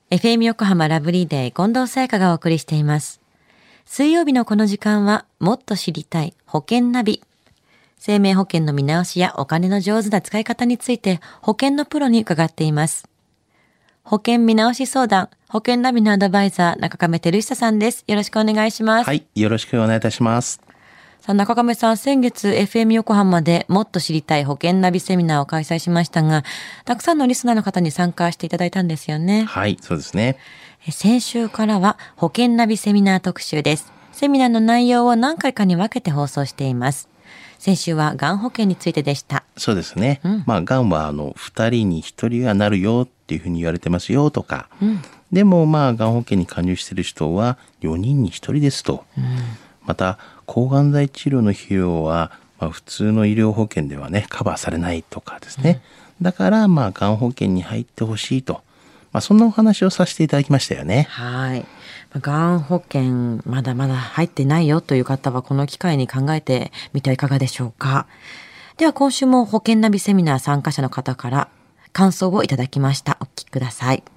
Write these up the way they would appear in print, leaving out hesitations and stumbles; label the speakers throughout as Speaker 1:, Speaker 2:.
Speaker 1: FM 横浜ラブリーデー近藤沙耶香がお送りしています。水曜日のこの時間はもっと知りたい保険ナビ。生命保険の見直しやお金の上手な使い方について保険のプロに伺っています。保険見直し相談、保険ナビのアドバイザー中亀照久さんです。よろしくお願いします。
Speaker 2: はい、よろしくお願いいたします。
Speaker 1: さあ中亀さん、先月 FM 横浜でもっと知りたい保険ナビセミナーを開催しましたが、たくさんのリスナーの方に参加していただいたんですよね。
Speaker 2: はい、そうですね。
Speaker 1: 先週からは保険ナビセミナー特集です。セミナーの内容を何回かに分けて放送しています。先週はがん保険についてでした。
Speaker 2: そうですね。がんは2人に1人はなるよっていうふうに言われてますよとか、でもがん保険に加入している人は4人に1人ですと。また抗がん剤治療の費用は、普通の医療保険ではねカバーされないとかですね、だからがん保険に入ってほしいと、そんなお話をさせていただきましたよね。
Speaker 1: はい。がん保険まだまだ入ってないよという方はこの機会に考えてみてはいかがでしょうか。では今週も保険ナビセミナー参加者の方から感想をいただきました。お聞きください。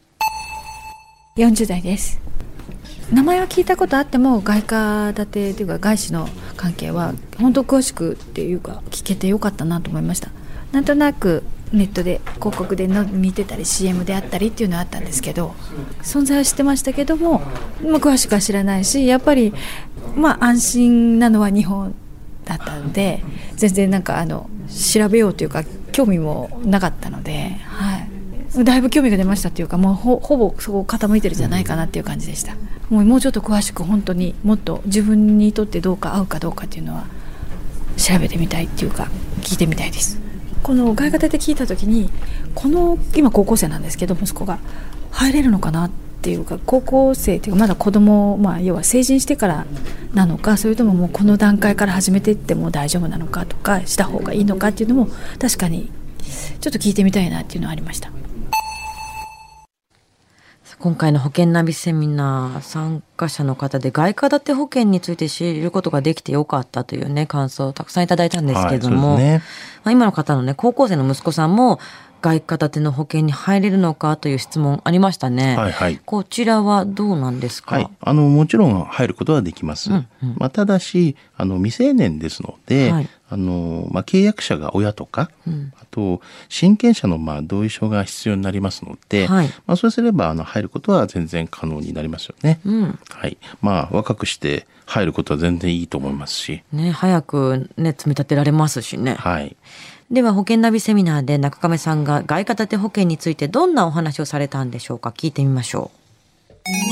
Speaker 3: 40代です。名前は聞いたことあっても外貨建てというか外資の関係は本当詳しくっていうか聞けてよかったなと思いました。なんとなくネットで広告で見てたり CM であったりっていうのはあったんですけど、存在は知ってましたけども、詳しくは知らないし、やっぱり安心なのは日本だったので、全然調べようというか興味もなかったので、だいぶ興味が出ましたっていうか、もう ほぼそこ傾いてるんじゃないかなっていう感じでした。もうちょっと詳しく本当にもっと自分にとってどうか合うかどうかっていうのは調べてみたいっていうか聞いてみたいです。この外貨建て聞いた時に今高校生なんですけど、息子が入れるのかなっていうか、高校生っていうかまだ子供、要は成人してからなのか、それとももうこの段階から始めていっても大丈夫なのかとかした方がいいのかっていうのも確かにちょっと聞いてみたいなっていうのはありました。
Speaker 1: 今回の保険ナビセミナー参加者の方で外貨建て保険について知ることができてよかったという感想をたくさんいただいたんですけども、
Speaker 2: そうですね。
Speaker 1: 今の方の高校生の息子さんも外貨建ての保険に入れるのかという質問ありましたね。こちらはどうなんですか？
Speaker 2: もちろん入ることはできます。ただし未成年ですので、契約者が親とか、あと親権者の同意書が必要になりますので、そうすれば入ることは全然可能になりますよね。若くして入ることは全然いいと思いますし、
Speaker 1: 早く積み立てられますしね。では保険ナビセミナーで中亀さんが外貨建て保険についてどんなお話をされたんでしょうか。聞いてみましょう。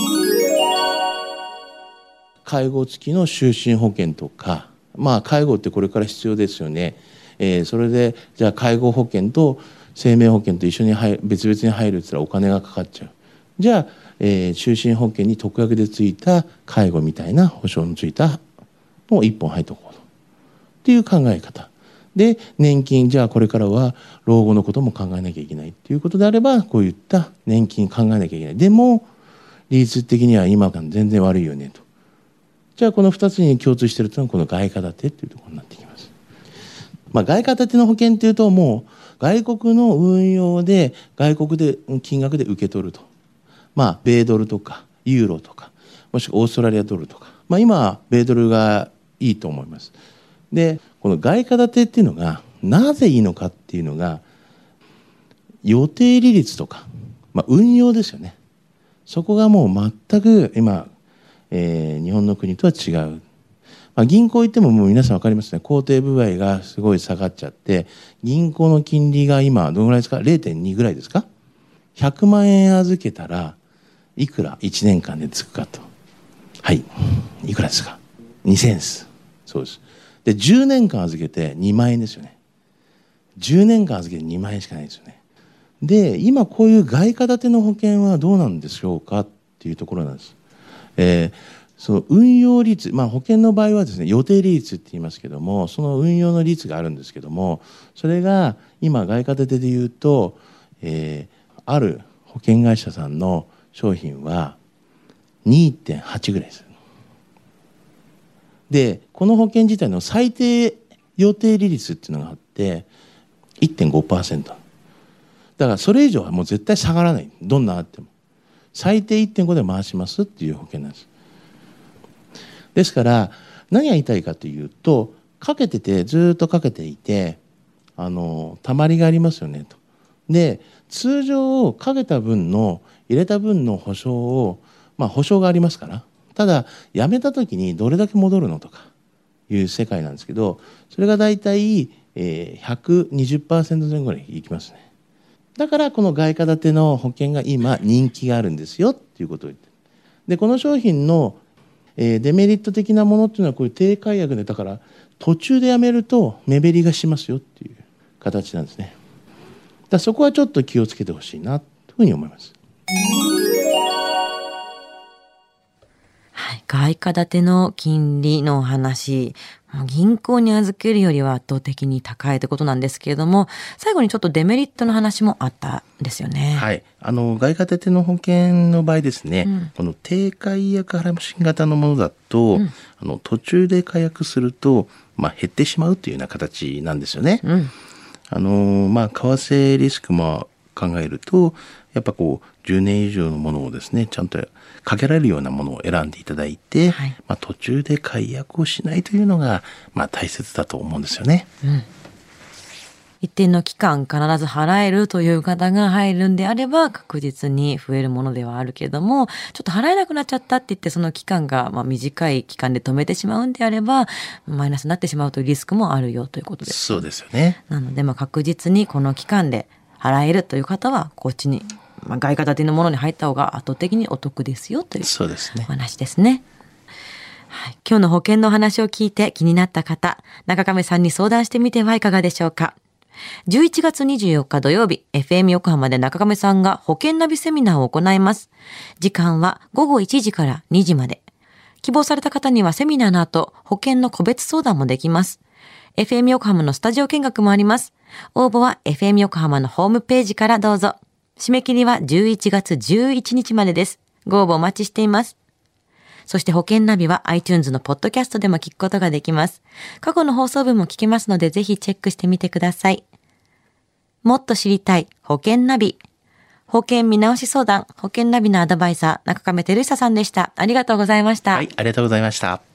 Speaker 4: 介護付きの就寝保険とか、介護ってこれから必要ですよね。それでじゃあ介護保険と生命保険と一緒に別々に入るって言ったらお金がかかっちゃう。じゃあ、就寝保険に特約でついた介護みたいな保証のついたのを一本入っておこうとっていう考え方で、年金、じゃあこれからは老後のことも考えなきゃいけないっていうことであれば、こういった年金考えなきゃいけない。でも利率的には今が全然悪いよねと。じゃあこの2つに共通しているというのはこの外貨建てっていうところになってきます。外貨建ての保険っていうと、もう外国の運用で外国で金額で受け取ると、米ドルとかユーロとか、もしくはオーストラリアドルとか、今米ドルがいいと思います。でこの外貨建てっていうのがなぜいいのかっていうのが、予定利率とか、運用ですよね。そこがもう全く今、日本の国とは違う。銀行行ってももう皆さん分かりますね。公定歩合がすごい下がっちゃって、銀行の金利が今どのぐらいですか？ 0.2 ぐらいですか？ 100 万円預けたらいくら1年間でつくかと。いくらですか？2000円です。そうです。で10年間預けて2万円ですよね。10年間預けて2万円しかないですよね。で今こういう外貨建ての保険はどうなんでしょうかっていうところなんです。その運用率、保険の場合はですね、予定利率って言いますけども、その運用の率があるんですけども、それが今外貨建てで言うと、ある保険会社さんの商品は 2.8 ぐらいです。でこの保険自体の最低予定利率っていうのがあって 1.5%。 だからそれ以上はもう絶対下がらない。どんなあっても。 最低 1.5 で回しますっていう保険なんです。ですから何が言いたいかというと、かけててずっとかけていてたまりがありますよねと。で通常かけた分の入れた分の保証を保証がありますから、ただやめた時にどれだけ戻るのとかいう世界なんですけど、それがだいたい120% 前後にいきますね。だからこの外貨建ての保険が今人気があるんですよっていうことを言ってる。でこの商品のデメリット的なものっていうのはこういう低解約で、だから途中でやめると目減りがしますよっていう形なんですね。だからそこはちょっと気をつけてほしいなというふうに思います。
Speaker 1: はい、外貨建ての金利のお話、銀行に預けるよりは圧倒的に高いということなんですけれども、最後にちょっとデメリットの話もあったんですよね。
Speaker 2: はい、外貨建ての保険の場合ですね、この低解約払増型のものだと、途中で解約すると、減ってしまうというような形なんですよね。為替リスクも考えると、やっぱ10年以上のものをですね、ちゃんとかけられるようなものを選んでいただいて、途中で解約をしないというのが大切だと思うんですよね。
Speaker 1: 一定の期間必ず払えるという方が入るんであれば確実に増えるものではあるけれども、ちょっと払えなくなっちゃったって言ってその期間が短い期間で止めてしまうんであればマイナスになってしまうというリスクもあるよということです。
Speaker 2: そうですよね。
Speaker 1: なので確実にこの期間で払えるという方はこっちに、外貨建てのものに入った方が圧倒的にお得ですよというお話ですね。はい、今日の保険の話を聞いて気になった方、中亀さんに相談してみてはいかがでしょうか。11月24日土曜日、FM 横浜で中亀さんが保険ナビセミナーを行います。時間は午後1時から2時まで。希望された方にはセミナーの後、保険の個別相談もできます。FM 横浜のスタジオ見学もあります。応募は FM 横浜のホームページからどうぞ。締め切りは11月11日までです。ご応募お待ちしています。そして保険ナビは iTunes のポッドキャストでも聞くことができます。過去の放送分も聞けますのでぜひチェックしてみてください。もっと知りたい保険ナビ。保険見直し相談、保険ナビのアドバイザー、中亀照久さんでした。ありがとうございました。
Speaker 2: はい、ありがとうございました。